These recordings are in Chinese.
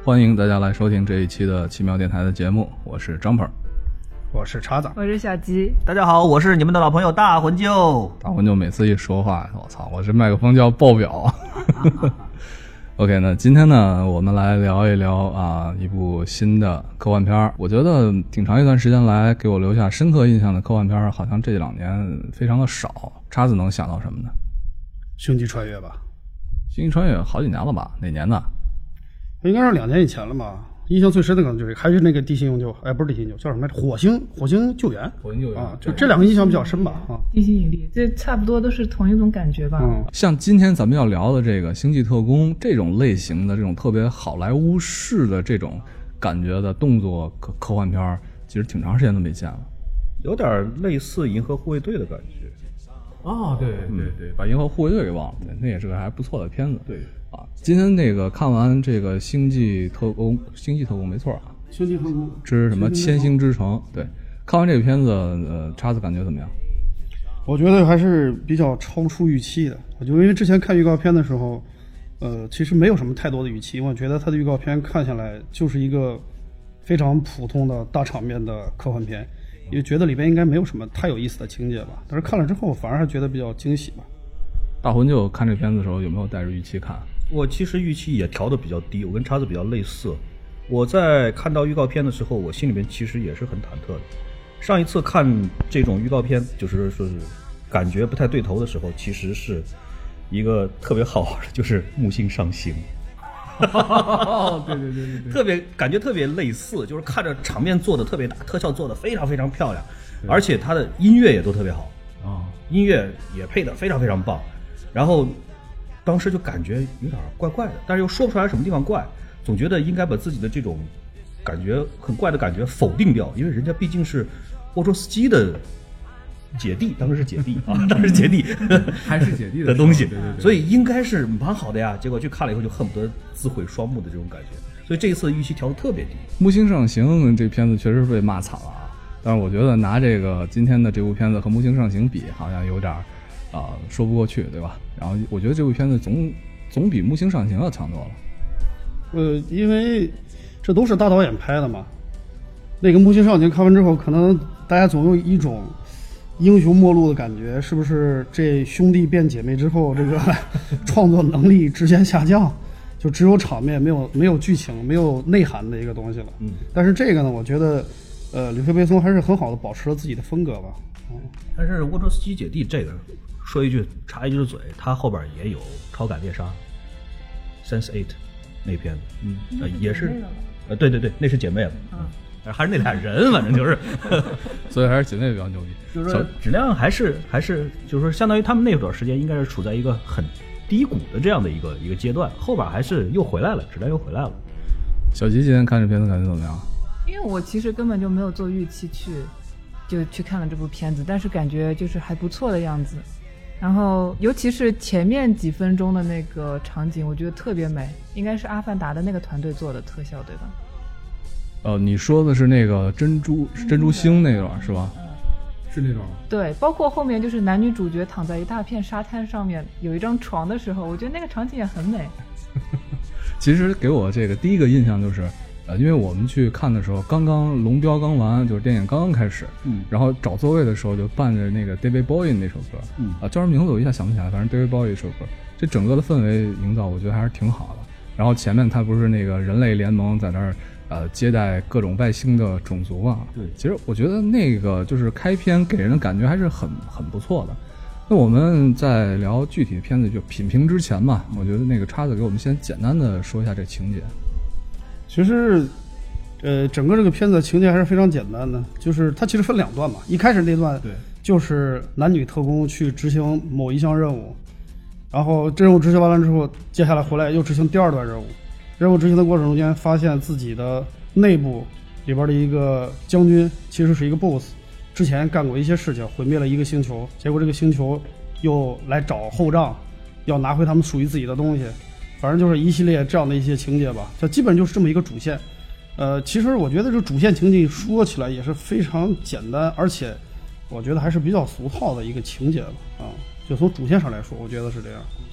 欢迎大家来收听这一期的奇妙电台的节目，我是张鹏， 我是叉子， 我是小吉。 大家好，我是你们的老朋友大魂舅。 大魂舅每次一说话，我操，我这麦克风就要爆表。OK， 那今天呢，我们来聊一聊一部新的科幻片。我觉得挺长一段时间来给我留下深刻印象的科幻片，好像这2年非常的少。叉子能想到什么呢？ 星际穿越吧。 星际穿越好几年了吧？哪年的？ 应该是2年以前了吧。印象最深的可能就是还是那个地心营救，不是地心营救，叫什么来着？火星救援。 火星救援啊，就这2个印象比较深吧。 地心引力，这差不多都是同一种感觉吧。 像今天咱们要聊的这个《星际特工》这种类型的这种特别好莱坞式的这种感觉的动作科幻片，其实挺长时间都没见了， 有点类似《银河护卫队》的感觉。 对，把《银河护卫队》给忘了，那也是个还不错的片子。对啊，今天那个看完这个《星际特工》没错啊， 《星际特工》 之什么千星之城，对，看完这个片子，叉子感觉怎么样？ 我觉得还是比较超出预期的。我就因为之前看预告片的时候，其实没有什么太多的预期，我觉得它的预告片看下来就是一个非常普通的大场面的科幻片。因为觉得里边应该没有什么太有意思的情节吧，但是看了之后反而还觉得比较惊喜吧。 大魂就看这片子的时候有没有带着预期看？ 我其实预期也调得比较低，我跟叉子比较类似。我在看到预告片的时候，我心里面其实也是很忐忑的。上一次看这种预告片，就是说是感觉不太对头的时候，其实是一个特别好玩的，就是木星上行。对，特别感觉特别类似，就是看着场面做的特别大，特效做的非常非常漂亮，而且它的音乐也都特别好音乐也配的非常非常棒。然后当时就感觉有点怪怪的，但是又说不出来什么地方怪，总觉得应该把自己的这种感觉很怪的感觉否定掉，因为人家毕竟是沃卓斯基的姐弟，当时是姐弟还是姐弟的东西， 对， 所以应该是蛮好的呀。结果去看了以后，就恨不得自毁双目的这种感觉。所以这一次预期调得特别低。 木星上行这片子确实是被骂惨了但是我觉得拿这个今天的这部片子和木星上行比，好像有点说不过去，对吧？然后我觉得这部片子总比木星上行要强多了。 因为这都是大导演拍的嘛。那个木星上行看完之后，可能大家总有一种英雄末路的感觉，是不是这兄弟变姐妹之后，这个创作能力直线下降，就只有场面没有剧情没有内涵的一个东西了。但是这个呢，我觉得吕克贝松还是很好的保持了自己的风格吧。 但是沃卓斯基姐弟这个说一句插一句嘴，他后边也有超感猎杀 Sense8 那片子也是对，那是姐妹了还是那俩人，反正就是所以还是姐妹比较牛逼， 就是说质量还是就是说相当于他们那段时间应该是处在一个很低谷的这样的一个阶段，后边还是又回来了，质量又回来了。 小吉今天看这片子感觉怎么样？ 因为我其实根本就没有做预期去看了这部片子，但是感觉就是还不错的样子。然后尤其是前面几分钟的那个场景，我觉得特别美，应该是阿凡达的那个团队做的特效，对吧？ 你说的是那个珍珠星那段是吧？是那段吗？ 对，包括后面就是男女主角躺在一大片沙滩上面，有一张床的时候，我觉得那个场景也很美。 其实给我这个第一个印象就是，因为我们去看的时候，龙标刚完，就是电影刚刚开始，然后找座位的时候就伴着那个 David Bowie 那首歌，叫什么名字我一下想不起来，反正 David Bowie 一首歌，这整个的氛围营造我觉得还是挺好的。然后前面他不是那个人类联盟在那儿接待各种外星的种族嘛？对，其实我觉得那个就是开篇给人的感觉还是很不错的。那我们在聊具体的片子就品评之前嘛，我觉得那个叉子给我们先简单的说一下这情节。 其实整个这个片子情节还是非常简单的，就是它其实分2段嘛。一开始那段对，就是男女特工去执行某一项任务，然后这任务执行完了之后，接下来回来又执行第2段任务。任务执行的过程中间，发现自己的内部里边的一个将军其实是一个 boss， 之前干过一些事情，毁灭了一个星球，结果这个星球又来找后账，要拿回他们属于自己的东西。反正就是一系列这样的一些情节吧，它基本就是这么一个主线。其实我觉得这主线情节说起来也是非常简单，而且我觉得还是比较俗套的一个情节吧。就从主线上来说，我觉得是这样。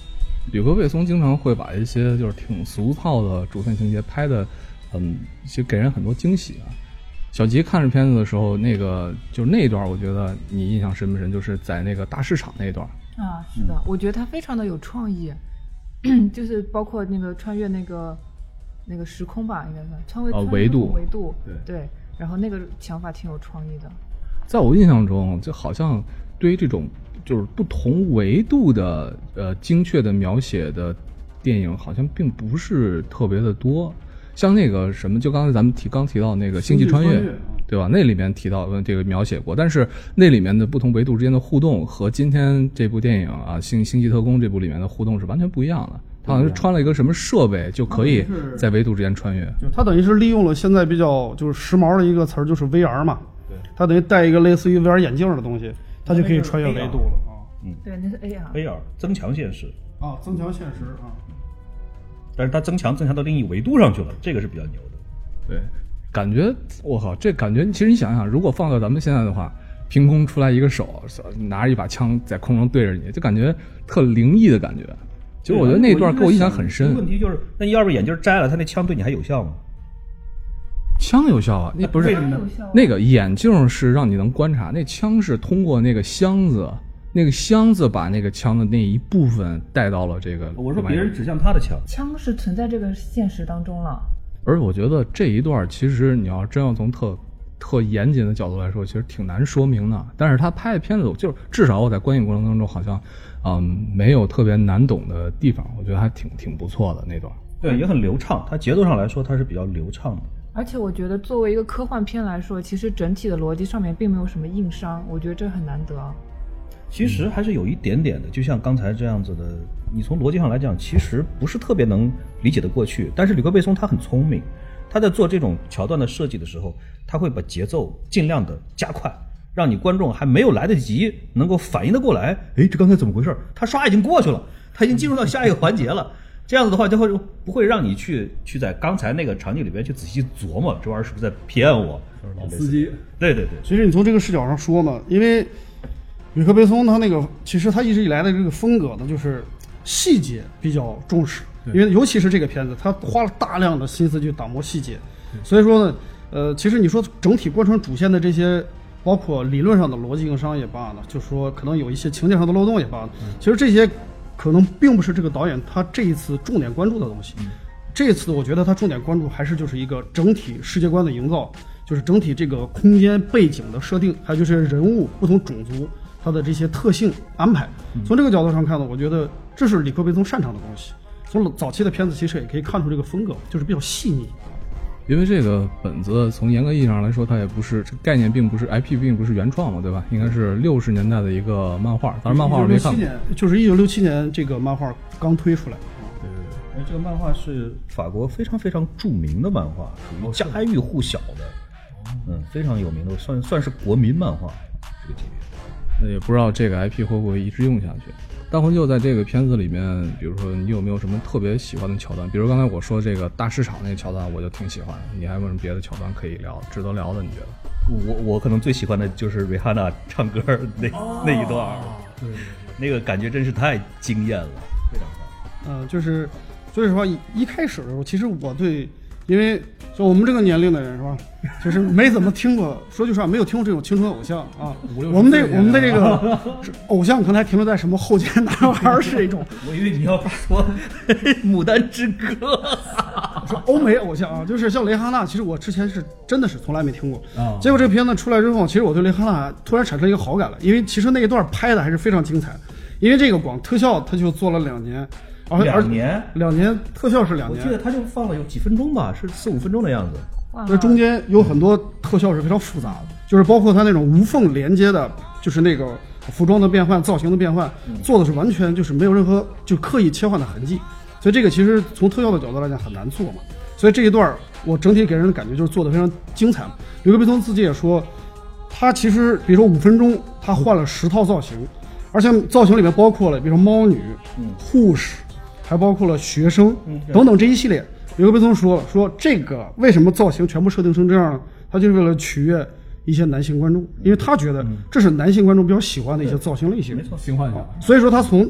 吕克·贝松经常会把一些就是挺俗套的主线情节拍的，就给人很多惊喜啊。小吉看着片子的时候，那个就是那一段，我觉得你印象深不深？就是在那个大市场那一段啊，是的，我觉得他非常的有创意，就是包括那个穿越那个时空吧，应该算穿越维度， 对，然后那个想法挺有创意的。 在我印象中，就好像对于这种就是不同维度的精确的描写的电影，好像并不是特别的多。像那个什么，就刚才咱们刚提到那个星际穿越，对吧？那里面提到这个描写过，但是那里面的不同维度之间的互动和今天这部电影啊《星际特工》这部里面的互动是完全不一样的。他好像是穿了一个什么设备就可以在维度之间穿越， 就他等于是利用了现在比较就是时髦的一个词儿，就是 VR 嘛。对，他等于戴一个类似于 VR 眼镜的东西，他就可以穿越维度了啊。 对，那是 AR 增强现实啊，增强现实啊。 但是它增强到另一维度上去了，这个是比较牛的。 对，感觉我靠，这感觉其实你想想，如果放到咱们现在的话，凭空出来一个手拿着一把枪在空中对着你，就感觉特灵异的感觉。其实我觉得那段给我印象很深。 问题就是，那你要是眼镜摘了，他那枪对你还有效吗？ 枪有效啊，那不是那个眼镜是让你能观察，那枪是通过那个箱子。那个箱子把那个枪的那一部分带到了这个。 我说别人指向他的枪， 枪是存在这个现实当中了。 而我觉得这一段其实你要真要从特严谨的角度来说，其实挺难说明的。但是他拍的片子，就是至少我在观影过程当中好像，没有特别难懂的地方，我觉得还挺不错的那段。 对，也很流畅，它节奏上来说它是比较流畅的。 而且我觉得作为一个科幻片来说，其实整体的逻辑上面并没有什么硬伤，我觉得这很难得。 其实还是有一点点的，就像刚才这样子的，你从逻辑上来讲，其实不是特别能理解的过去。但是吕克·贝松他很聪明，他在做这种桥段的设计的时候，他会把节奏尽量的加快，让你观众还没有来得及能够反应得过来，哎，这刚才怎么回事？他刷已经过去了，他已经进入到下一个环节了。这样子的话，就会不会让你去在刚才那个场景里边去仔细琢磨，这玩意儿是不是在骗我？ 老司机， 对对对。 其实你从这个视角上说嘛，因为吕克·贝松他那个其实他一直以来的这个风格呢，就是细节比较重视，因为尤其是这个片子，他花了大量的心思去打磨细节，所以说呢，其实你说整体贯穿主线的这些，包括理论上的逻辑硬伤也罢呢，就说可能有一些情节上的漏洞也罢呢，其实这些可能并不是这个导演他这一次重点关注的东西。这次我觉得他重点关注还是就是一个整体世界观的营造，就是整体这个空间背景的设定，还有就是人物不同种族它的这些特性安排。从这个角度上看呢，我觉得这是吕克·贝松擅长的东西。从早期的片子其实也可以看出这个风格，就是比较细腻。 因为这个本子从严格意义上来说，它也不是这个概念，并不是 IP， 并不是原创嘛，对吧？应该是60年代的一个漫画，当然漫画我没看过。 就是1967年这个漫画刚推出来。 对，这个漫画是法国非常非常著名的漫画，属于家喻户晓的，非常有名的，算是国民漫画这个级别。 那也不知道这个 IP 会不会一直用下去。大魂就在这个片子里面，比如说你有没有什么特别喜欢的桥段？比如刚才我说这个大市场那个桥段，我就挺喜欢的。你还有没有什么别的桥段可以聊，值得聊的？你觉得？ 我可能最喜欢的就是瑞哈娜唱歌那一段，对，那个感觉真是太惊艳了，非常棒。 就是所以说一开始的时候，其实我对，因为就我们这个年龄的人是吧，就是没怎么听过，说句实话，没有听过这种青春偶像啊。我们的这个偶像可能还停留在什么后街男孩是一种。 我以为你要说牡丹之歌， 说欧美偶像啊，就是像蕾哈娜，其实我之前是真的是从来没听过。结果这个片子出来之后，其实我对蕾哈娜突然产生一个好感了，因为其实那一段拍的还是非常精彩，因为这个光特效他就做了2年。2年特效是2年， 我记得他就放了有几分钟吧，是4-5分钟的样子。 那中间有很多特效是非常复杂的，就是包括他那种无缝连接的，就是那个服装的变换、造型的变换，做的是完全就是没有任何就刻意切换的痕迹。所以这个其实从特效的角度来讲很难做嘛。所以这一段我整体给人的感觉就是做的非常精彩。吕克·贝松自己也说，他其实比如说5分钟，他换了10套造型，而且造型里面包括了比如说猫女、护士。还包括了学生等等这一系列。吕克·贝松说这个为什么造型全部设定成这样呢？他就是为了取悦一些男性观众，因为他觉得这是男性观众比较喜欢的一些造型类型。 没错，性幻想。 所以说他从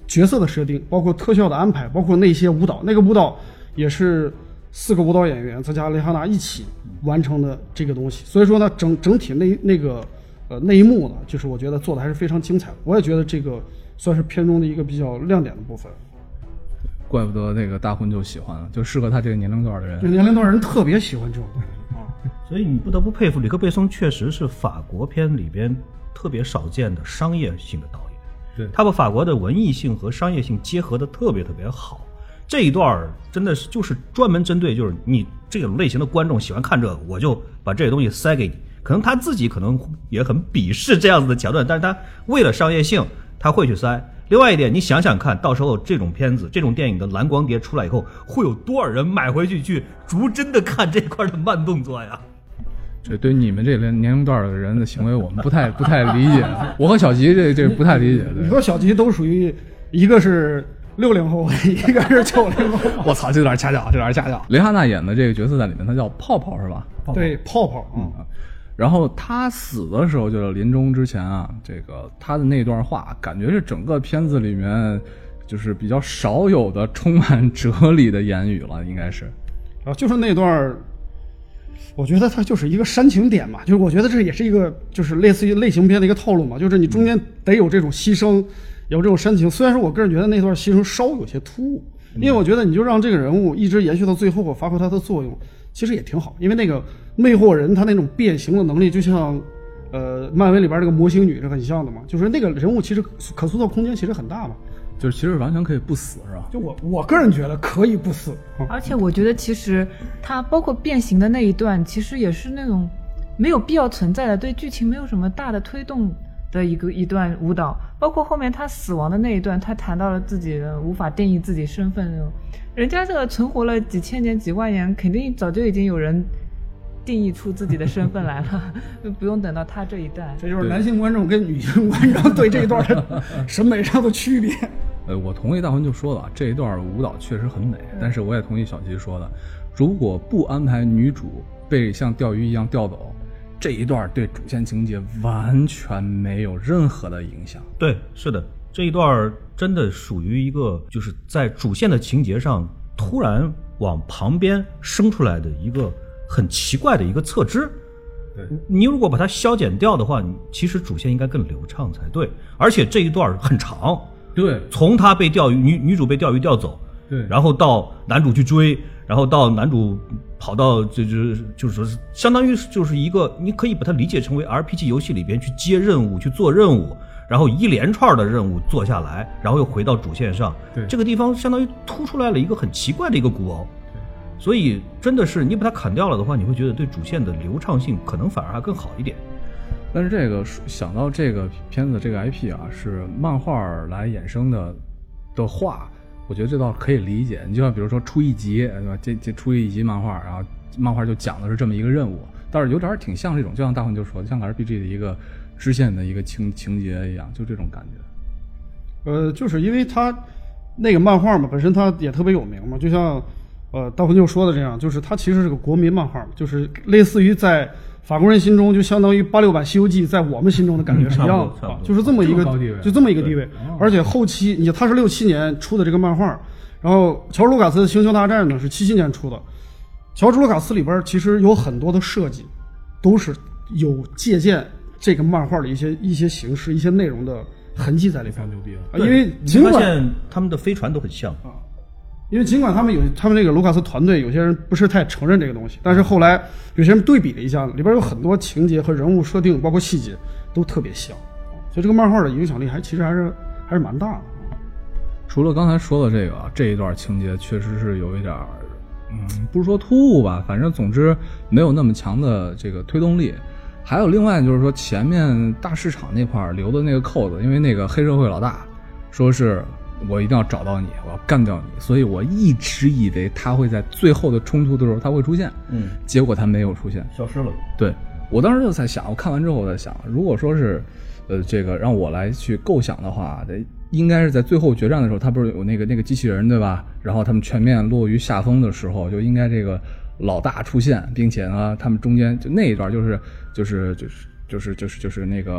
角色的设定，包括特效的安排，包括那些舞蹈，那个舞蹈也是4个舞蹈演员再加蕾哈娜一起完成的这个东西。所以说呢，整体那一幕呢，就是我觉得做的还是非常精彩的。我也觉得这个算是片中的一个比较亮点的部分。 怪不得那个大婚就喜欢了，就适合他这个年龄段的人。 这年龄段人特别喜欢这种东西啊， 所以你不得不佩服吕克·贝松，确实是法国片里边特别少见的商业性的导演。 对， 他把法国的文艺性和商业性结合的特别特别好。这一段真的是就是专门针对就是你这种类型的观众喜欢看这个，我就把这些东西塞给你。可能他自己可能也很鄙视这样子的桥段，但是他为了商业性他会去塞。另外一点，你想想看，到时候这种片子、这种电影的蓝光碟出来以后，会有多少人买回去逐帧的看这块的慢动作呀？ 这对你们这年龄段的人的行为，我们不太理解。我和小吉这不太理解。 你和小吉都属于一个是60后，一个是90后。 我操，这有点掐架，蕾哈娜演的这个角色在里面，她叫泡泡是吧？ 对，泡泡。 然后他死的时候，就是临终之前啊，这个他的那段话，感觉是整个片子里面就是比较少有的充满哲理的言语了，应该是。 啊，就是那段，我觉得它就是一个煽情点嘛，就是我觉得这也是一个就是类似于类型片的一个套路嘛，就是你中间得有这种牺牲，有这种煽情。虽然说我个人觉得那段牺牲稍有些突兀，因为我觉得你就让这个人物一直延续到最后，发挥它的作用，其实也挺好。因为那个魅惑人他那种变形的能力，就像漫威里边这个魔形女是很像的嘛，就是那个人物其实可塑造空间其实很大嘛。 就是其实完全可以不死是吧？ 就我个人觉得可以不死。 而且我觉得其实他包括变形的那一段，其实也是那种没有必要存在的，对剧情没有什么大的推动的一段舞蹈。包括后面他死亡的那一段，他谈到了自己的无法定义自己身份，人家这个存活了几千年几万年，肯定早就已经有人定义出自己的身份来了，就不用等到他这一代。 这就是男性观众跟女性观众对这一段的审美上的区别。 我同意大魂就说了，这一段舞蹈确实很美，但是我也同意小吉说的，如果不安排女主被像钓鱼一样钓走，这一段对主线情节完全没有任何的影响。 对，是的，这一段真的属于一个就是在主线的情节上突然往旁边生出来的一个很奇怪的一个侧支。 对， 你如果把它消减掉的话，你其实主线应该更流畅才对。而且这一段很长， 对， 从他被钓鱼女主被钓鱼钓走， 对， 然后到男主去追，然后到男主跑到就是说相当于就是一个，你可以把它理解成为 RPG 游戏里边去接任务去做任务，然后一连串的任务做下来，然后又回到主线上。 对， 这个地方相当于突出来了一个很奇怪的一个鼓包。所以真的是你把它砍掉了的话，你会觉得对主线的流畅性可能反而还更好一点。 但是这个想到这个片子这个 IP 啊是漫画来衍生的话，我觉得这倒可以理解。你就像比如说出一集，对吧？这出一集漫画，然后漫画就讲的是这么一个任务，倒是有点挺像这种，就像大魂就说，像 RPG 的一个支线的一个情节一样，就这种感觉。 就是因为它那个漫画嘛，本身它也特别有名嘛，就像大魂就说的这样，就是它其实是个国民漫画嘛，就是类似于在法国人心中就相当于86版《西游记》在我们心中的感觉是一样的，就是这么一个就这么一个地位。而且后期你他是67年出的这个漫画，然后乔治·卢卡斯的《星球大战》呢是77年出的。乔治·卢卡斯里边其实有很多的设计都是有借鉴这个漫画的一些形式、一些内容的痕迹在里边。 牛逼了，因为尽管他们的飞船都很像啊。因为尽管他们这个卢卡斯团队有些人不是太承认这个东西，但是后来有些人对比了一下，里边有很多情节和人物设定，包括细节都特别像，所以这个漫画的影响力其实还是蛮大的。 除了刚才说的这一段情节，确实是有一点不是说突兀吧，反正总之没有那么强的这个推动力。还有另外就是说前面大市场那块留的那个扣子，因为那个黑社会老大说是我一定要找到你，我要干掉你，所以我一直以为他会在最后的冲突的时候他会出现，结果他没有出现， 消失了。 对，我当时就在想，我看完之后我在想，如果说是这个让我来去构想的话，应该是在最后决战的时候，他不是有那个机器人对吧？然后他们全面落于下风的时候，就应该这个老大出现，并且呢，他们中间就那一段就是那个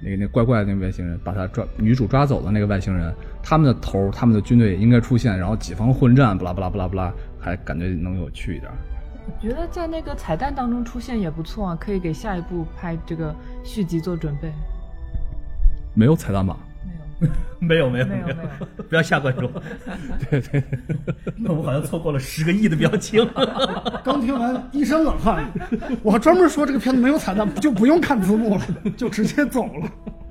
那怪怪的那个外星人，把女主抓走的那个外星人，他们的头，他们的军队也应该出现，然后几方混战，不啦不啦不啦不啦，还感觉能有趣一点。 我觉得在那个彩蛋当中出现也不错啊，可以给下一部拍这个续集做准备。 没有彩蛋吧？ 没有，不要吓观众。 对， 那我们好像错过了10个亿的表情。 刚听完一身冷汗，我专门说这个片子没有彩蛋，就不用看字幕了，就直接走了。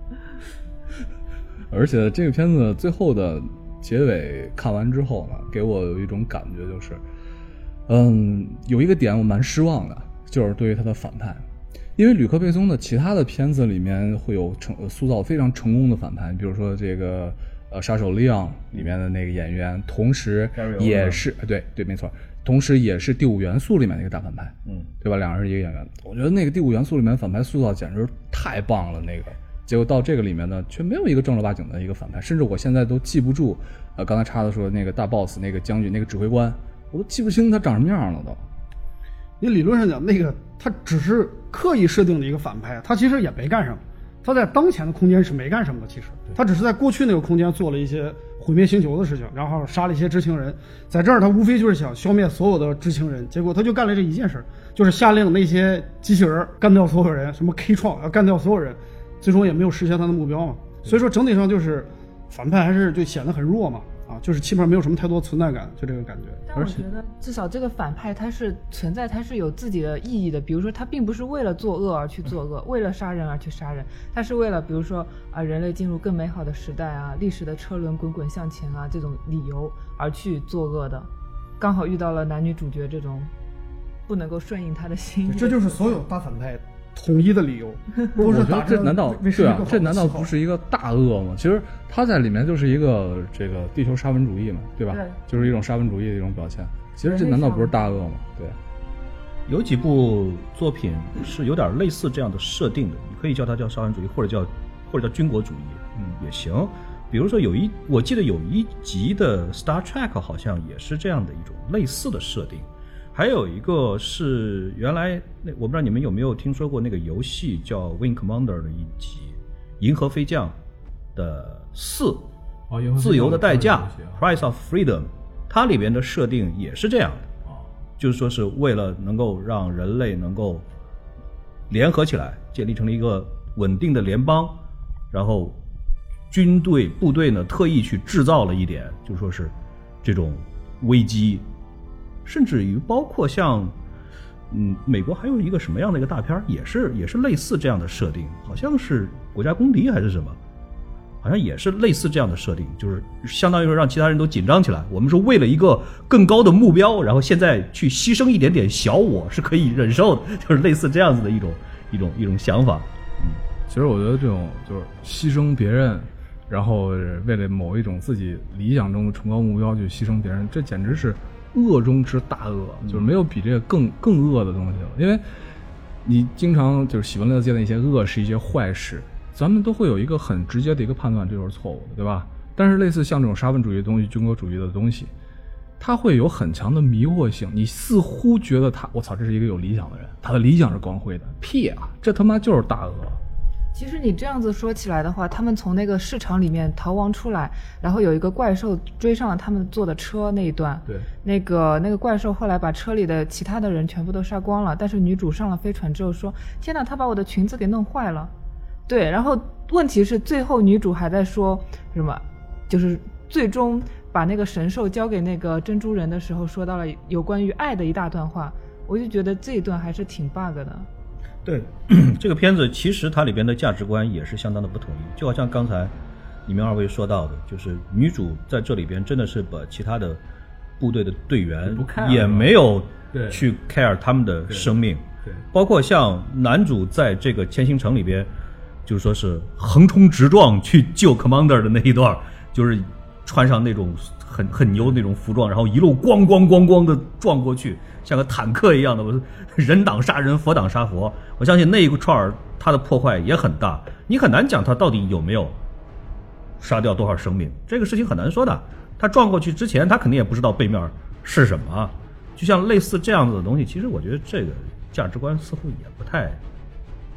而且这个片子最后的结尾看完之后呢，给我有一种感觉就是，有一个点我蛮失望的，就是对于他的反派。因为吕克·贝松的其他的片子里面会有塑造非常成功的反派，比如说这个杀手利昂里面的那个演员，同时也是对没错，同时也是第5元素里面的一个大反派，对吧？两人是一个演员，我觉得那个第5元素里面反派塑造简直太棒了，那个结果到这个里面呢，却没有一个正儿八经的一个反派，甚至我现在都记不住，刚才插的说那个大 boss 那个将军那个指挥官，我都记不清他长什么样了都。 你理论上讲，那个他只是刻意设定的一个反派，他其实也没干什么，他在当前的空间是没干什么的，其实他只是在过去那个空间做了一些毁灭星球的事情，然后杀了一些知情人，在这儿他无非就是想消灭所有的知情人，结果他就干了这一件事，就是下令那些机器人干掉所有人，什么 K 创要干掉所有人，最终也没有实现他的目标嘛。所以说整体上就是反派还是就显得很弱嘛。就是基本上没有什么太多存在感，就这个感觉。 但我觉得至少这个反派他是存在，他是有自己的意义的。比如说他并不是为了作恶而去作恶，为了杀人而去杀人，他是为了比如说人类进入更美好的时代啊，历史的车轮滚滚向前啊这种理由而去作恶的。刚好遇到了男女主角这种不能够顺应他的心意， 这就是所有大反派统一的理由。 我觉得这难道对啊？这难道不是一个大恶吗？其实他在里面就是一个这个地球沙文主义嘛，对吧？ 对， 就是一种沙文主义的一种表现。其实这难道不是大恶吗？对。 有几部作品是有点类似这样的设定的，你可以叫它叫沙文主义，或者叫军国主义，也行。比如说我记得有一集的 Star Trek 好像也是这样的一种类似的设定。还有一个是原来我不知道你们有没有听说过那个游戏叫 Wing Commander 的一集银河飞将的4，自由的代价 Price of Freedom， 它里边的设定也是这样的，就是说是为了能够让人类能够联合起来，建立成了一个稳定的联邦，然后部队呢特意去制造了一点就说是这种危机，甚至于包括像美国还有一个什么样的一个大片也是类似这样的设定，好像是国家公敌还是什么，好像也是类似这样的设定，就是相当于说让其他人都紧张起来，我们是为了一个更高的目标，然后现在去牺牲一点点小我是可以忍受的，就是类似这样子的一种想法。 其实我觉得这种就是牺牲别人，然后为了某一种自己理想中的崇高目标去牺牲别人，这简直是恶中之大恶，就是没有比这个更恶的东西了。因为你经常就是喜闻乐见的一些恶是一些坏事，咱们都会有一个很直接的一个判断，这就是错误的，对吧？但是类似像这种沙文主义的东西，军国主义的东西，它会有很强的迷惑性，你似乎觉得我操，这是一个有理想的人，他的理想是光辉的，屁啊，这他妈就是大恶。 其实你这样子说起来的话，他们从那个市场里面逃亡出来，然后有一个怪兽追上了他们坐的车那一段， 对， 那个怪兽后来把车里的其他的人全部都杀光了，但是女主上了飞船之后说，天哪，他把我的裙子给弄坏了。对，然后问题是最后女主还在说什么，就是最终把那个神兽交给那个珍珠人的时候说到了有关于爱的一大段话，我就觉得这一段还是挺 bug 的。 对，这个片子其实它里边的价值观也是相当的不统一，就好像刚才你们二位说到的，就是女主在这里边真的是把其他的部队的队员也没有去 care 他们的生命， 对， 包括像男主在这个千星城里边就是说是横冲直撞去救 Commander 的那一段，就是穿上那种很牛的那种服装，然后一路咣咣咣咣的撞过去，像个坦克一样的，人挡杀人，佛挡杀佛。我相信那一串它的破坏也很大，你很难讲它到底有没有杀掉多少生命，这个事情很难说的。他撞过去之前，他肯定也不知道背面是什么。就像类似这样子的东西，其实我觉得这个价值观似乎也不太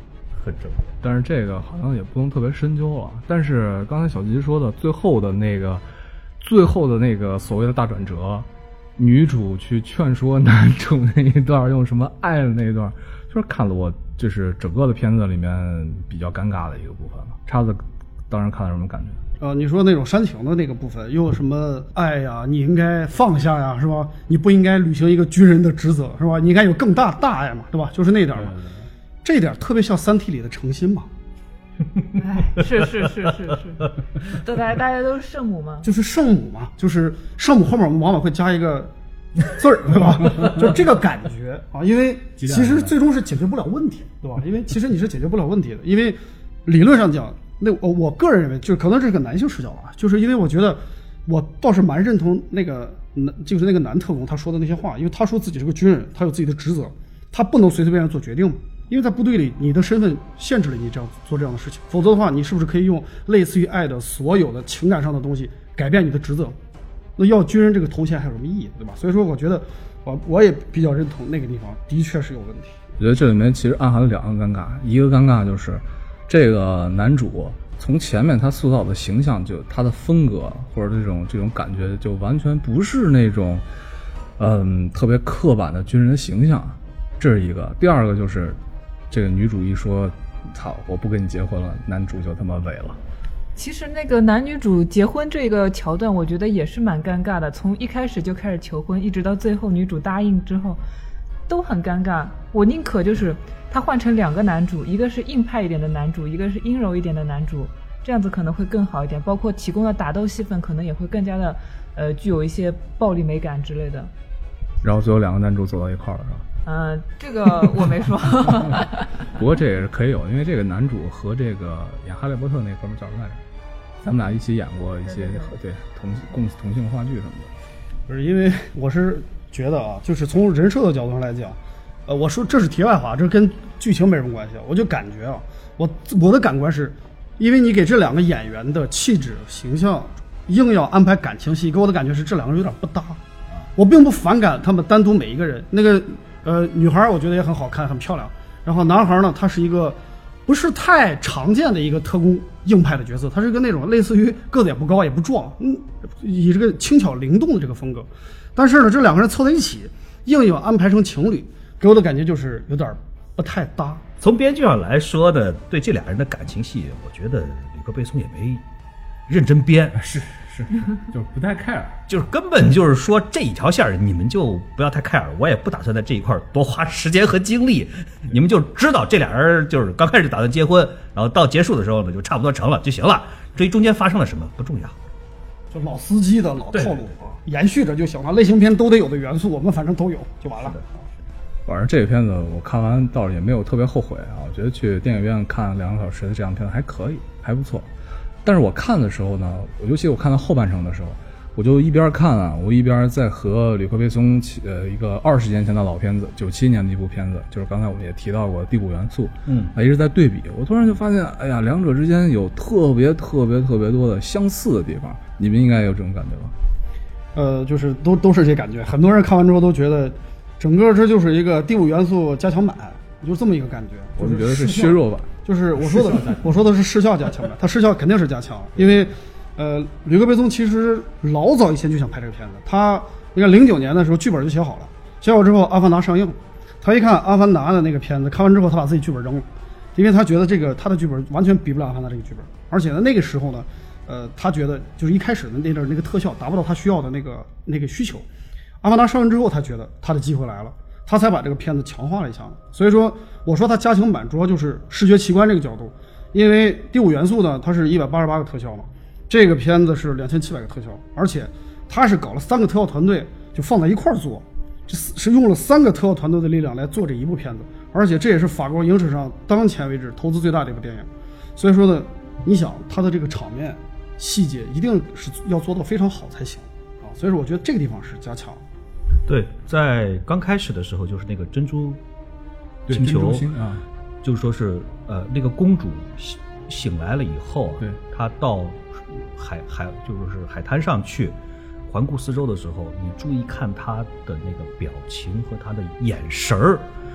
很正。 但是这个好像也不能特别深究了。但是刚才小吉说的最后的那个所谓的大转折，女主去劝说男主那一段，用什么爱的那一段，就是看了我就是整个的片子里面比较尴尬的一个部分了。叉子当时看了什么感觉？ 你说那种煽情的那个部分，又什么爱呀，你应该放下呀，是吧？你不应该履行一个军人的职责，是吧？你应该有更大爱嘛，对吧？就是那点嘛，这一点特别像《三体》里的诚心嘛。 哎，是，对，大家都是圣母嘛， 就是圣母嘛，就是圣母后面我们往往会加一个字儿，对吧？就这个感觉啊，因为其实最终是解决不了问题，对吧？因为其实你是解决不了问题的，因为理论上讲，那我个人认为，就可能这是个男性视角啊，就是因为我觉得我倒是蛮认同那个就是那个男特工他说的那些话，因为他说自己是个军人，他有自己的职责，他不能随随便便做决定嘛。因为在部队里，你的身份限制了你这样做这样的事情，否则的话，你是不是可以用类似于爱的所有的情感上的东西改变你的职责？那要军人这个头衔还有什么意义，对吧？所以说，我觉得我也比较认同那个地方的确是有问题。 我觉得这里面其实暗含了两个尴尬，一个尴尬就是这个男主从前面他塑造的形象，就他的风格或者这种感觉，就完全不是那种特别刻板的军人的形象，这是一个。第二个就是这个女主一说操我不跟你结婚了，男主就他妈萎了。 其实那个男女主结婚这个桥段我觉得也是蛮尴尬的，从一开始就开始求婚，一直到最后女主答应之后都很尴尬。我宁可就是他换成两个男主，一个是硬派一点的男主，一个是阴柔一点的男主，这样子可能会更好一点，包括提供的打斗戏份可能也会更加的具有一些暴力美感之类的。 然后最后两个男主走到一块儿了，是吧？ 这个我没说。 不过这也是可以有，因为这个男主和这个演哈利波特那哥们叫什么来着？咱们俩一起演过一些对同性话剧什么的。 不是，因为我是觉得啊，就是从人设的角度上来讲，我说这是题外话，这跟剧情没什么关系。我就感觉啊，我的感官是，因为你给这两个演员的气质形象硬要安排感情戏，给我的感觉是这两个人有点不搭。我并不反感他们单独每一个人，那个女孩我觉得也很好看，很漂亮。然后男孩呢，他是一个不是太常见的一个特工硬派的角色，他是一个那种类似于个子也不高也不壮，以这个轻巧灵动的这个风格。但是呢，这两个人凑在一起，硬要安排成情侣，给我的感觉就是有点不太搭。 从编剧上来说呢，对这俩人的感情戏，我觉得吕克贝松也没认真编， 是，就是不太 care， 就是根本就是说这一条线你们就不要太 care， 我也不打算在这一块多花时间和精力，你们就知道这俩人就是刚开始打算结婚，然后到结束的时候呢就差不多成了就行了，至于中间发生了什么不重要， 就老司机的老套路延续着就行了，类型片都得有的元素我们反正都有就完了。 反正这个片子我看完倒是也没有特别后悔啊，我觉得去电影院看2个小时的这样片子还可以，还不错。但是我看的时候呢，尤其我看到后半程的时候，我就一边看啊，我一边在和吕克贝松一个20年前的老片子，97年的一部片子，就是刚才我们也提到过《第5元素》，一直在对比。我突然就发现，哎呀，两者之间有特别多的相似的地方，你们应该有这种感觉吧？ 就是都是这感觉。很多人看完之后都觉得，整个这就是一个《第5元素》加强版，就这么一个感觉。 我们觉得是削弱版。 就是我说的是视效加强版，它视效肯定是加强，因为吕克贝松其实老早以前就想拍这个片子，他你看09年的时候剧本就写好了，写好之后《阿凡达》上映，他一看《阿凡达》的那个片子，看完之后他把自己剧本扔了，因为他觉得他的剧本完全比不了《阿凡达》这个剧本，而且呢那个时候呢，他觉得就是一开始的那个特效达不到他需要的那个需求，《阿凡达》上映之后，他觉得他的机会来了。他才把这个片子强化了一下，所以说我说他加强版主要就是视觉奇观这个角度，因为第5元素呢它是188个特效嘛，这个片子是2700个特效，而且他是搞了3个特效团队就放在一块做，这是用了3个特效团队的力量来做这一部片子，而且这也是法国影史上当前为止投资最大的一部电影，所以说呢，你想他的这个场面细节一定是要做到非常好才行啊，所以说我觉得这个地方是加强。 对，在刚开始的时候，就是那个珍珠星球啊， 就是说是那个公主醒来了以后， 对， 她到就是海滩上去环顾四周的时候，你注意看她的那个表情和她的眼神儿，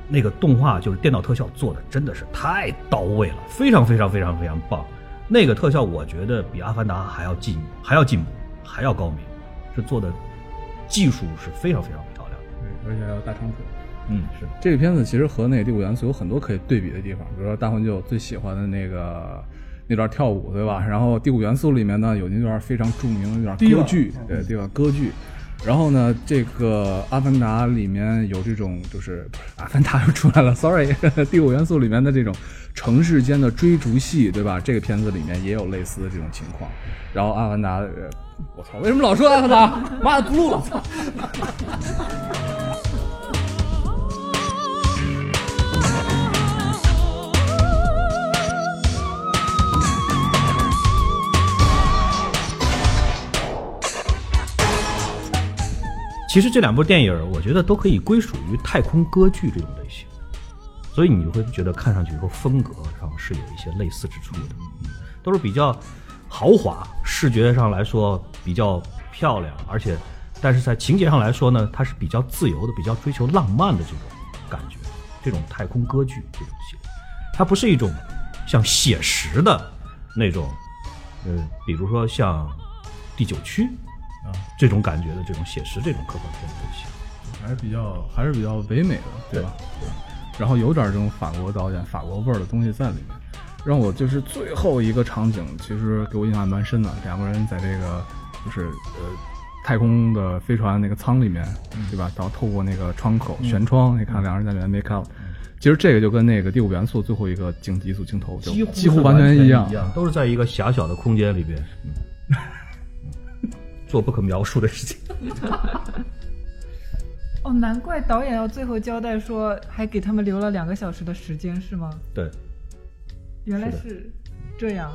那个动画就是电脑特效做的真的是太到位了，非常非常非常非常棒。那个特效我觉得比《阿凡达》还要进步，还要高明，是做的技术是非常非常漂亮的， 而且还有大长腿。 是这个片子其实和那个《第五元素》有很多可以对比的地方，比如说大环就最喜欢的那段跳舞，对吧？然后《第五元素》里面呢有那段非常著名的那段歌剧，对，这个歌剧。然后呢，这个《阿凡达》里面有这种，就是《阿凡达》又出来了 ，sorry， 第五元素里面的这种城市间的追逐戏，对吧？这个片子里面也有类似的这种情况。然后《阿凡达》，我操，为什么老说《阿凡达》？妈的，不录了，操！ 其实这两部电影我觉得都可以归属于太空歌剧这种类型，所以你会觉得看上去以后风格上是有一些类似之处的，都是比较豪华，视觉上来说比较漂亮，但是在情节上来说呢，它是比较自由的，比较追求浪漫的这种感觉，这种太空歌剧这种戏，它不是一种像写实的那种，比如说像第九区这种感觉的这种写实这种科幻片的东西， 还是比较唯美的，对吧？对。然后有点这种法国导演、法国味儿的东西在里面。让我就是最后一个场景，其实给我印象蛮深的，两个人在这个就是太空的飞船那个舱里面，对吧？然后透过那个窗口舷窗，你看两人在里面 make out。其实这个就跟那个第五元素最后一个几组镜头就几乎完全一样， 都是在一个狭小的空间里边。做不可描述的事情。 哦，难怪导演要最后交代说还给他们留了2个小时的时间，是吗？ 对， 原来是这样。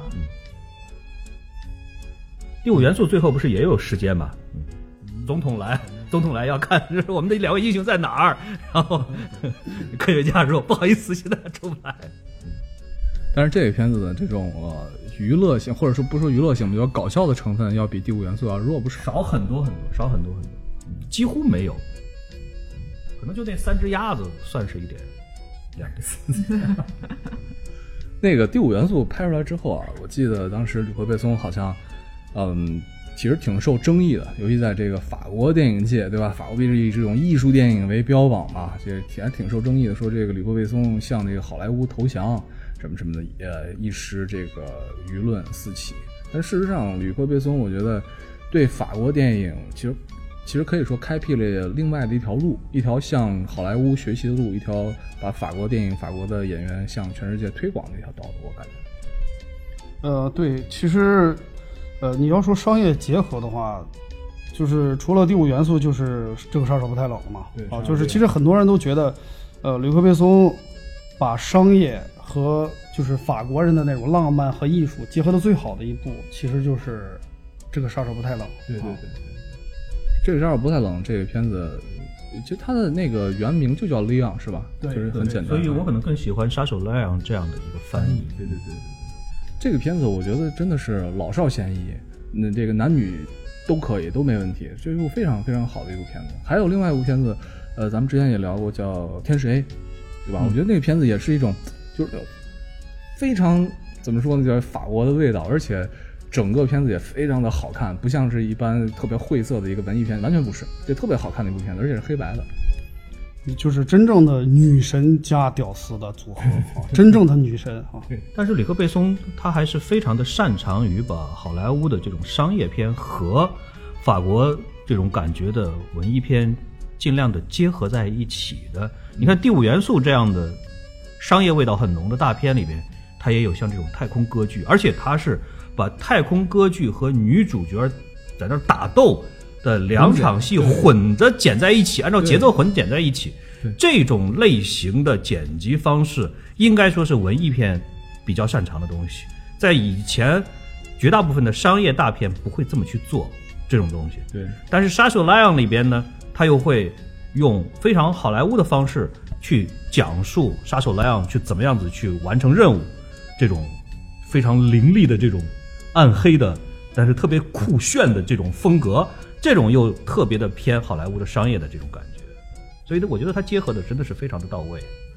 第五元素最后不是也有时间吗？总统来要看我们的2位英雄在哪儿，然后科学家说不好意思，现在出不来。 但是这个片子的这种娱乐性，或者说不说娱乐性，比较搞笑的成分要比第五元素要弱不少， 少很多，几乎没有，可能就那3只鸭子算是一点2个字。 那个第五元素拍出来之后啊，我记得当时吕克贝松好像其实挺受争议的，尤其在这个法国电影界，对吧？法国以这种艺术电影为标榜嘛，这还挺受争议的，说这个吕克贝松向这个好莱坞投降什么什么的，一时这个舆论四起。但事实上，吕克贝松我觉得对法国电影其实可以说开辟了另外的一条路，一条向好莱坞学习的路，一条把法国电影、法国的演员向全世界推广的一条道路，我感觉。 对，其实。你要说商业结合的话，就是除了第五元素，就是这个杀手不太冷嘛。对啊，就是其实很多人都觉得，吕克贝松把商业和就是法国人的那种浪漫和艺术结合的最好的一部，其实就是这个杀手不太冷。 对，这个杀手不太冷这个片子，就它的那个原名就叫利昂，是吧？ 对， 就是很简单。 所以我可能更喜欢杀手莱昂这样的一个翻译。 对。这个片子我觉得真的是老少咸宜，这个男女都可以，都没问题，这是一部非常非常好的一部片子。还有另外一部片子，咱们之前也聊过，叫《天使 A》，对吧？我觉得那个片子也是一种，就是非常怎么说呢，叫法国的味道，而且整个片子也非常的好看，不像是一般特别晦涩的一个文艺片，完全不是，这特别好看的一部片子，而且是黑白的。 就是真正的女神加屌丝的组合，真正的女神啊！ 但是吕克贝松他还是非常的擅长于把好莱坞的这种商业片和法国这种感觉的文艺片尽量的结合在一起的。你看《第五元素》这样的商业味道很浓的大片里边，它也有像这种太空歌剧，而且它是把太空歌剧和女主角在那打斗的2场戏混着剪在一起，按照节奏混剪在一起，这种类型的剪辑方式应该说是文艺片比较擅长的东西，在以前绝大部分的商业大片不会这么去做这种东西。 对， 但是杀手莱昂里边呢，他又会用非常好莱坞的方式去讲述杀手莱昂去怎么样子去完成任务，这种非常凌厉的这种暗黑的但是特别酷炫的这种风格，这种又特别的偏好莱坞的商业的这种感觉，所以我觉得它结合的真的是非常的到位。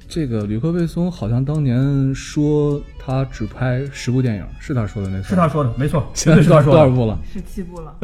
这个吕克·贝松好像当年说他只拍10部电影，是他说的那？ 是他说的，没错。 现在是多少部了 ？17部了。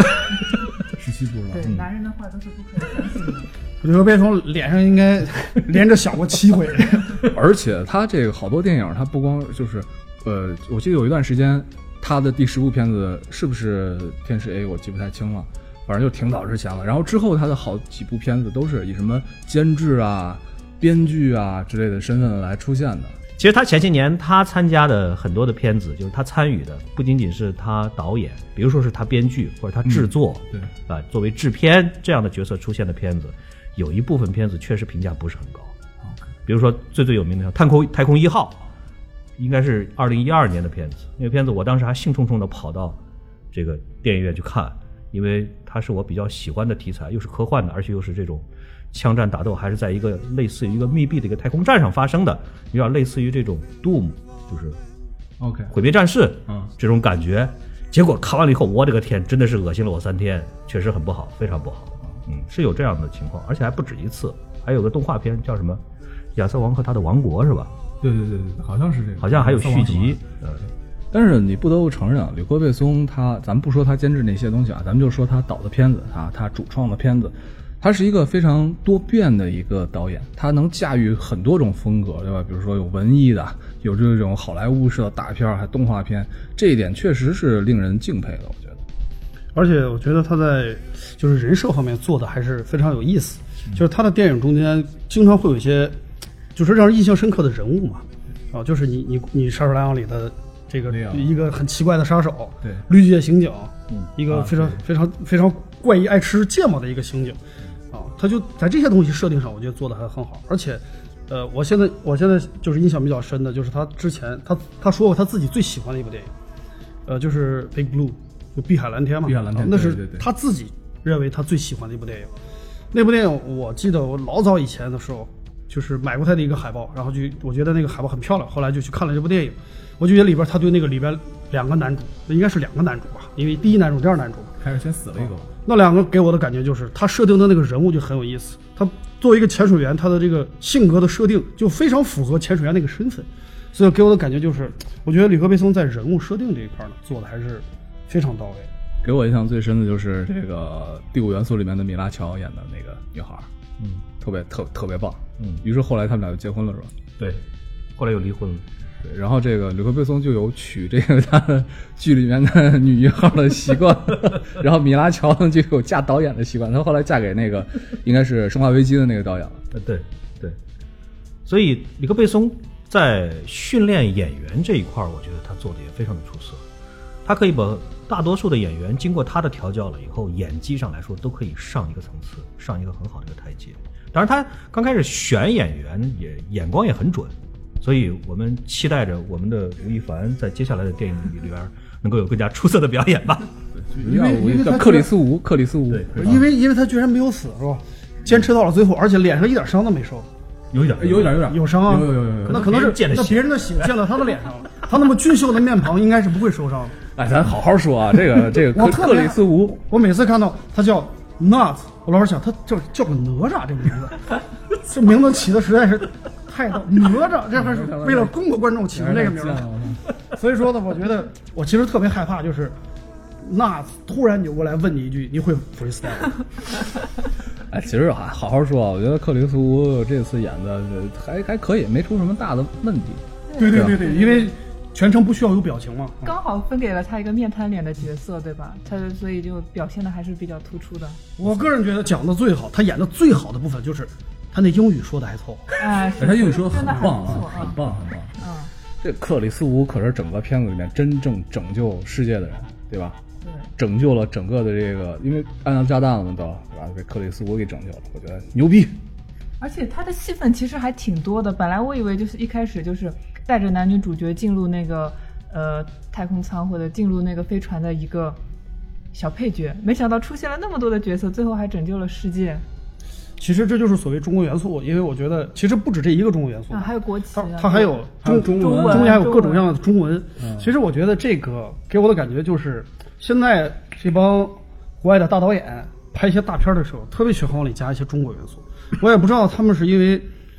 17部了。 对，男人的话都是不可以相信的。 吕克·贝松脸上应该连着想过7回。 而且他这个好多电影，他不光就是我记得有一段时间他的第10部片子是不是《天使 A》，我记不太清了。反正就挺早之前了，然后之后他的好几部片子都是以什么监制啊、编剧啊之类的身份来出现的。 其实他前些年他参加的很多的片子，就是他参与的不仅仅是他导演，比如说是他编剧或者他制作， 对啊，作为制片这样的角色出现的片子，有一部分片子确实评价不是很高。比如说最有名的像太空1号，应该是2012年的片子，那个片子我当时还兴冲冲的跑到这个电影院去看。因为它是我比较喜欢的题材，又是科幻的，而且又是这种枪战打斗，还是在一个类似于一个密闭的一个太空站上发生的，有点类似于这种 Doom， 就是毁灭战士这种感觉。结果看完了以后，我的个天，真的是恶心了我3天，确实很不好，非常不好。是有这样的情况，而且还不止一次。还有个动画片叫什么《亚瑟王和他的王国》是吧？ 对，好像是这个， 好像还有续集。 但是你不得不承认，吕克·贝松咱们不说他监制那些东西啊，咱们就说他导的片子啊，他主创的片子，他是一个非常多变的一个导演，他能驾驭很多种风格，对吧？比如说有文艺的，有这种好莱坞式的大片，还动画片，这一点确实是令人敬佩的，我觉得。 而且我觉得他在就是人设方面做的还是非常有意思，就是他的电影中间经常会有一些就是让人印象深刻的人物嘛，就是你杀手莱昂里的。这个一个很奇怪的杀手， 对， 绿界刑警，一个非常怪异爱吃芥末的一个刑警，他就在这些东西设定上，我觉得做的还很好。而且，我现在就是印象比较深的，就是他之前他说过他自己最喜欢的一部电影，就是《Big Blue》，就碧海蓝天嘛， 碧海蓝天， 那是他自己认为他最喜欢的一部电影。那部电影我记得我老早以前的时候，就是买过他的一个海报，然后我觉得那个海报很漂亮，后来就去看了这部电影。我就觉得里边他对那个里边2个男主，应该是2个男主吧，因为第一男主第二男主开始先死了一个， 那2个给我的感觉就是他设定的那个人物就很有意思，他作为一个潜水员，他的这个性格的设定就非常符合潜水员那个身份，所以给我的感觉就是我觉得吕克·贝松在人物设定这一块呢做的还是非常到位。 给我印象最深的就是这个第5元素里面的米拉乔演的那个女孩，特别棒，于是后来他们俩就结婚了，是吧？ 对，后来又离婚了。 对，然后这个吕克·贝松就有娶这个他的剧里面的女1号的习惯，然后米拉乔呢就有嫁导演的习惯，她后来嫁给那个应该是《生化危机》的那个导演了。 对，所以吕克·贝松在训练演员这一块，我觉得他做的也非常的出色。他可以把大多数的演员经过他的调教了以后，演技上来说都可以上一个层次，上一个很好的一个台阶。当然，他刚开始选演员眼光也很准。所以我们期待着我们的吴亦凡在接下来的电影里边能够有更加出色的表演吧。 因为他克里斯吴， 对，因为他居然没有死，是吧？坚持到了最后，而且脸上一点伤都没受。 有点有伤啊， 有， 那可能是那别人的血溅到他的脸上了，他那么俊秀的面庞应该是不会受伤的。 哎，咱好好说啊，这个克里斯吴， 我每次看到他叫 Nuts， 我老是想他叫个哪吒这个名字，这名字起的实在是。太逗，哪吒，这还是为了中国观众起的这个名字。所以说呢，我觉得我其实特别害怕，就是那突然扭过来问你一句，你会 freestyle？ 哎，其实好好说啊，我觉得克里斯吴这次演的还可以，没出什么大的问题。 对，因为全程不需要有表情嘛， 刚好分给了他一个面瘫脸的角色，对吧？所以就表现的还是比较突出的。 我个人觉得讲的最好，他演的最好的部分就是他那英语说的还凑合。 哎， 他英语说的很棒啊，很棒。这克里斯吴可是整个片子里面真正拯救世界的人，对吧？ 对， 拯救了整个的这个，因为安上炸弹了嘛，都对吧？被克里斯吴给拯救了，我觉得牛逼。 而且他的戏份其实还挺多的，本来我以为就是一开始就是带着男女主角进入那个太空舱或者进入那个飞船的一个小配角，没想到出现了那么多的角色，最后还拯救了世界。 其实这就是所谓中国元素，因为我觉得其实不止这一个中国元素还有国旗， 它还有中文，中间还有各种各样的中文。其实我觉得这个给我的感觉就是，现在这帮国外的大导演拍一些大片的时候，特别喜欢往里加一些中国元素。我也不知道他们是因为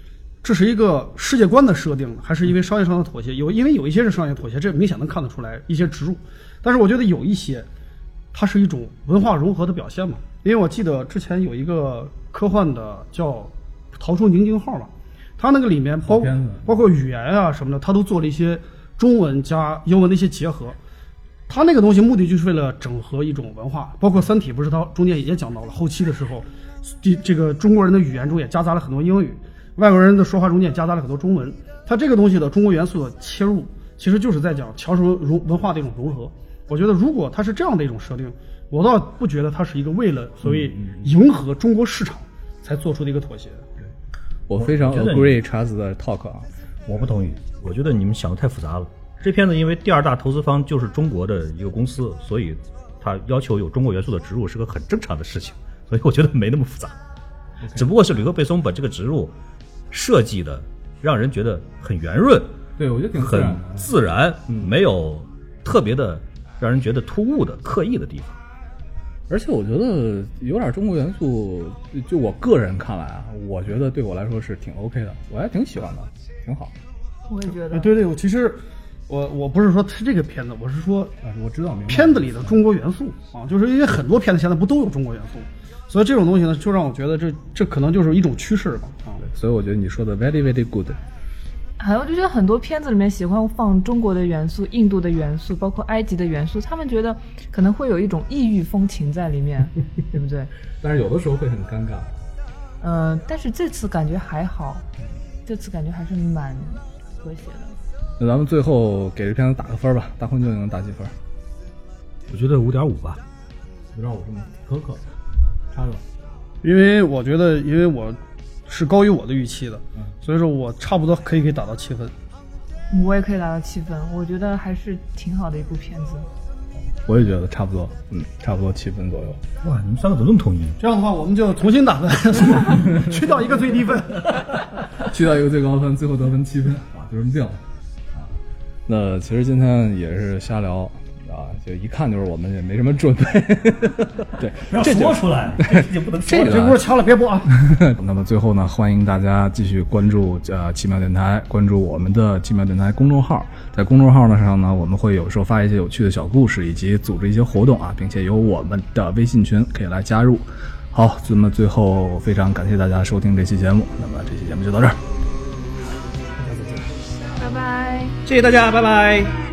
这是一个世界观的设定，还是因为商业上的妥协？因为有一些是商业妥协，这明显能看得出来一些植入。但是我觉得有一些，它是一种文化融合的表现嘛。因为我记得之前有一个科幻的叫《逃出宁静号》嘛，它那个里面包括语言啊什么的，它都做了一些中文加英文的一些结合。它那个东西目的就是为了整合一种文化，包括《三体》不是它中间也讲到了，后期的时候，这个中国人的语言中也夹杂了很多英语，外国人的说话中间也夹杂了很多中文。它这个东西的中国元素的切入，其实就是在讲强实文化的一种融合。我觉得如果它是这样的一种设定，我倒不觉得它是一个为了所谓迎合中国市场才做出的一个妥协。 我非常 agree 查子的 talk 啊， 我不同意，我觉得你们想的太复杂了。这片子因为第二大投资方就是中国的一个公司，所以他要求有中国元素的植入是个很正常的事情，所以我觉得没那么复杂。只不过是吕克贝松把这个植入设计的让人觉得很圆润， 对，我觉得挺很自然，没有特别的让人觉得突兀的刻意的地方。 而且我觉得有点中国元素，就我个人看来啊，我觉得对我来说是挺 OK 的，我还挺喜欢的，挺好。 我也觉得， 对，我其实我不是说是这个片子，我是说我知道片子里的中国元素啊，就是因为很多片子现在不都有中国元素，所以这种东西呢，就让我觉得这可能就是一种趋势吧啊。 所以我觉得你说的 very very good。 还有就觉得很多片子里面喜欢放中国的元素、印度的元素，包括埃及的元素，他们觉得可能会有一种异域风情在里面，对不对？ 但是有的时候会很尴尬。 但是这次感觉还好，这次感觉还是蛮和谐的。 那咱们最后给这片子打个分吧，大坤究竟能打几分？ 我觉得5.5吧。 5.5这么可差了。 因为我觉得，因为我是高于我的预期的，所以说我差不多可以打到7分。 我也可以达到7分，我觉得还是挺好的一部片子。 我也觉得差不多，差不多7分左右。 哇，你们三个怎么那么统一？ 这样的话，我们就重新打分，去掉一个最低分， 去掉一个最高分，最后得分7分啊，就这么定了啊。那其实今天也是瞎聊啊，就一看就是我们也没什么准备。对， 不要说出来，也不能说。 这轱辘掐了别播啊。 那么最后呢，欢迎大家继续关注奇妙电台，关注我们的奇妙电台公众号。在公众号上呢，我们会有时候发一些有趣的小故事，以及组织一些活动啊，并且有我们的微信群可以来加入。好，那么最后非常感谢大家收听这期节目，那么这期节目就到这儿， 拜拜， 谢谢大家，拜拜。